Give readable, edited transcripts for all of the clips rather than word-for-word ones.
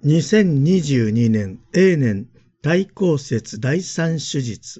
2022年永年大公節第三手術。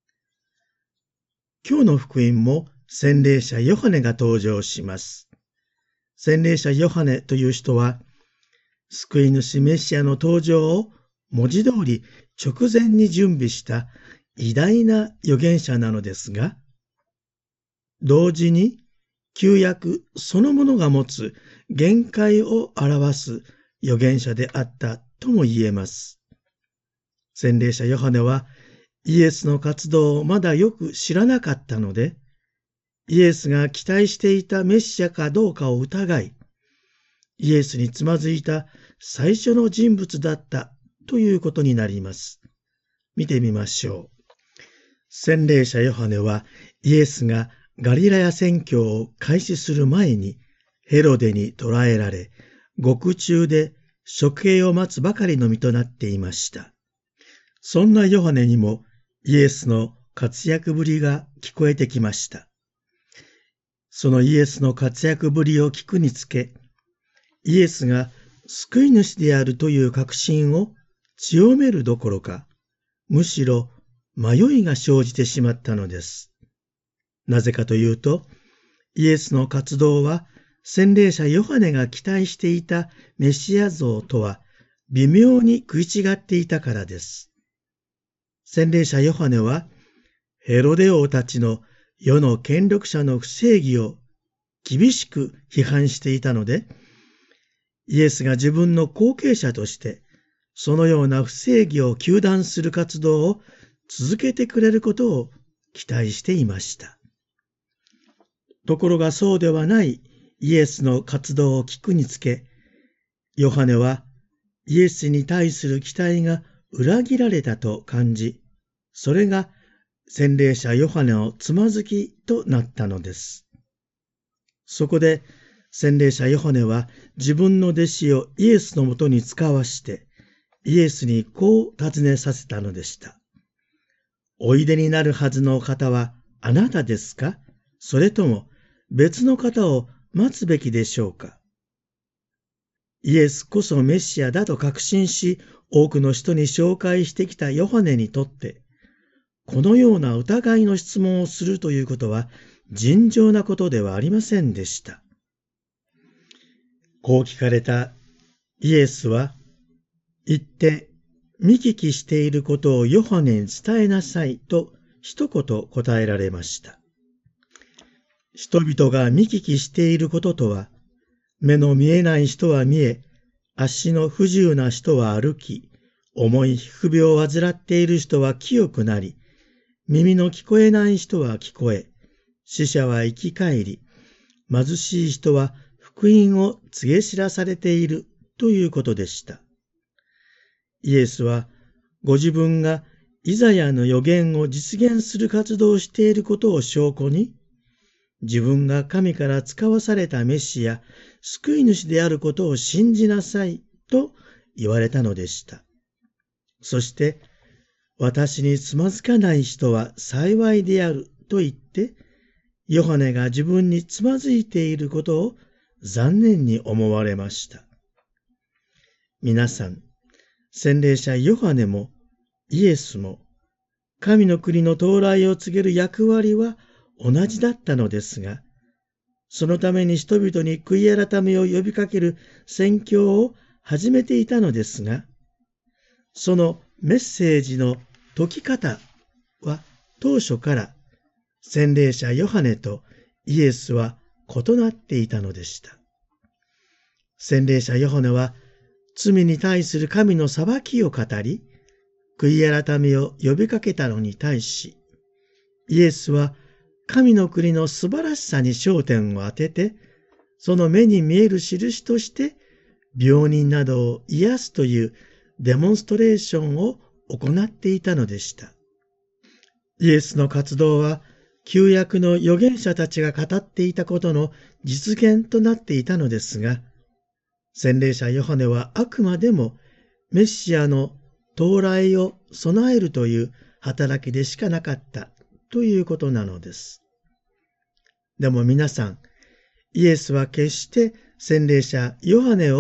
今日の福音も洗礼者ヨハネが登場します。洗礼者ヨハネという人は、救い主メシアの登場を文字通り直前に準備した偉大な預言者なのですが、同時に旧約そのものが持つ限界を表す預言者であったとも言えます。洗礼者ヨハネはイエスの活動をまだよく知らなかったので、イエスが期待していたメシアかどうかを疑い、イエスにつまずいた最初の人物だったということになります。見てみましょう。洗礼者ヨハネはイエスがガリラヤ宣教を開始する前にヘロデに捕らえられ、獄中で処刑を待つばかりの身となっていました。そんなヨハネにもイエスの活躍ぶりが聞こえてきました。そのイエスの活躍ぶりを聞くにつけ、イエスが救い主であるという確信を強めるどころか、むしろ迷いが生じてしまったのです。なぜかというと、イエスの活動は洗礼者ヨハネが期待していたメシア像とは微妙に食い違っていたからです。洗礼者ヨハネはヘロデ王たちの世の権力者の不正義を厳しく批判していたので、イエスが自分の後継者としてそのような不正義を糾弾する活動を続けてくれることを期待していました。ところがそうではないイエスの活動を聞くにつけ、ヨハネはイエスに対する期待が裏切られたと感じ、それが洗礼者ヨハネのつまずきとなったのです。そこで洗礼者ヨハネは自分の弟子をイエスのもとに使わして、イエスにこう尋ねさせたのでした。おいでになるはずの方はあなたですか？それとも別の方を待つべきでしょうか？イエスこそメシアだと確信し、多くの人に紹介してきたヨハネにとって、このような疑いの質問をするということは尋常なことではありませんでした。こう聞かれたイエスは、行って見聞きしていることをヨハネに伝えなさいと一言答えられました。人々が見聞きしていることとは、目の見えない人は見え、足の不自由な人は歩き、重い皮膚病を患っている人は清くなり、耳の聞こえない人は聞こえ、死者は生き返り、貧しい人は福音を告げ知らされているということでした。イエスはご自分がイザヤの預言を実現する活動をしていることを証拠に、自分が神から使わされたメシア、救い主であることを信じなさいと言われたのでした。そして、私につまずかない人は幸いであると言って、ヨハネが自分につまずいていることを残念に思われました。皆さん、洗礼者ヨハネもイエスも、神の国の到来を告げる役割は同じだったのですが、そのために人々に悔い改めを呼びかける宣教を始めていたのですが、そのメッセージの説き方は当初から洗礼者ヨハネとイエスは異なっていたのでした。洗礼者ヨハネは罪に対する神の裁きを語り、悔い改めを呼びかけたのに対し、イエスは神の国の素晴らしさに焦点を当てて、その目に見える印として病人などを癒すというデモンストレーションを行っていたのでした。イエスの活動は旧約の預言者たちが語っていたことの実現となっていたのですが、洗礼者ヨハネはあくまでもメシアの到来を備えるという働きでしかなかったということなのです。でも皆さん、イエスは決して洗礼者ヨハネを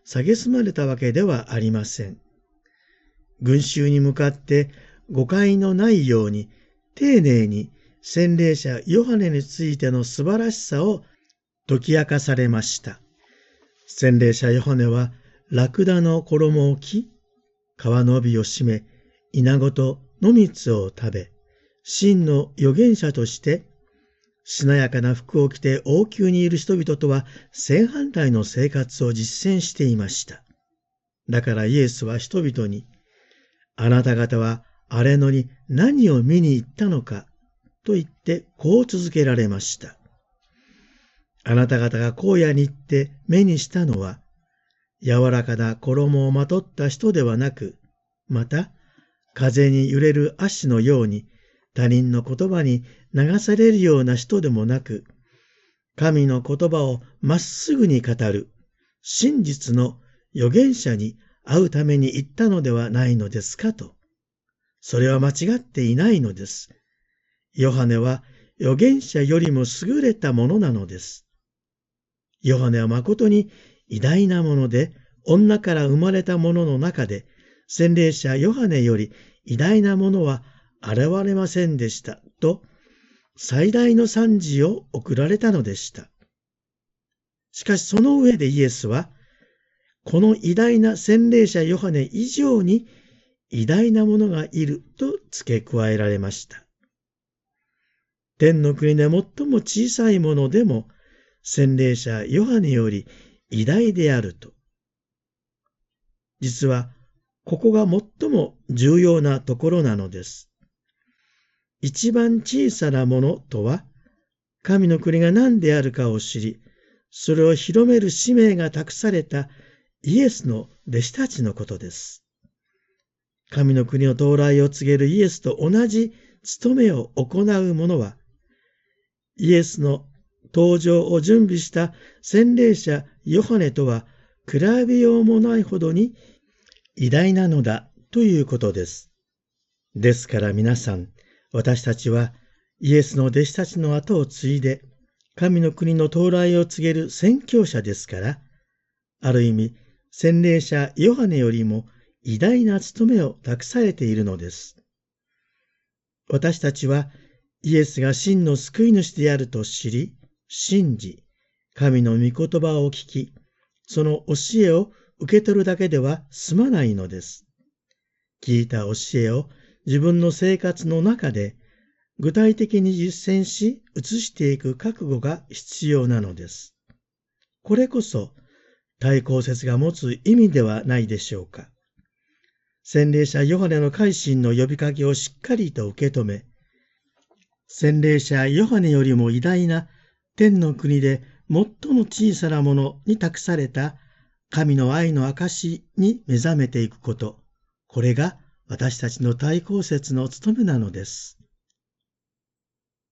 蔑まれたわけではありません。群衆に向かって誤解のないように丁寧に洗礼者ヨハネについての素晴らしさを解き明かされました。洗礼者ヨハネはラクダの衣を着、皮の帯を締め、イナゴと野蜜を食べ、真の預言者として、しなやかな服を着て王宮にいる人々とは正反対の生活を実践していました。だからイエスは人々に、あなた方は荒れ野に何を見に行ったのかと言ってこう続けられました。あなた方が荒野に行って目にしたのは、柔らかな衣をまとった人ではなく、また風に揺れる足のように他人の言葉に流されるような人でもなく、神の言葉をまっすぐに語る真実の預言者に会うために行ったのではないのですかと。それは間違っていないのです。ヨハネは預言者よりも優れたものなのです。ヨハネは誠に偉大なもので、女から生まれたものの中で、洗礼者ヨハネより偉大なものは現れませんでしたと、最大の賛辞を贈られたのでした。しかしその上でイエスは、この偉大な洗礼者ヨハネ以上に偉大なものがいると付け加えられました。天の国で最も小さいものでも、洗礼者ヨハネより偉大であると。実は、ここが最も重要なところなのです。一番小さなものとは、神の国が何であるかを知り、それを広める使命が託されたイエスの弟子たちのことです。神の国の到来を告げるイエスと同じ務めを行う者は、イエスの登場を準備した洗礼者ヨハネとは比べようもないほどに偉大なのだということです。ですから皆さん、私たちはイエスの弟子たちの後を継いで神の国の到来を告げる宣教者ですから、ある意味洗礼者ヨハネよりも偉大な務めを託されているのです。私たちはイエスが真の救い主であると知り、信じ、神の御言葉を聞き、その教えを受け取るだけでは済まないのです。聞いた教えを自分の生活の中で具体的に実践し、移していく覚悟が必要なのです。これこそ、対抗説が持つ意味ではないでしょうか。洗礼者ヨハネの改心の呼びかけをしっかりと受け止め、洗礼者ヨハネよりも偉大な天の国で最も小さなものに託された神の愛の証に目覚めていくこと、これが私たちの対抗説の務めなのです。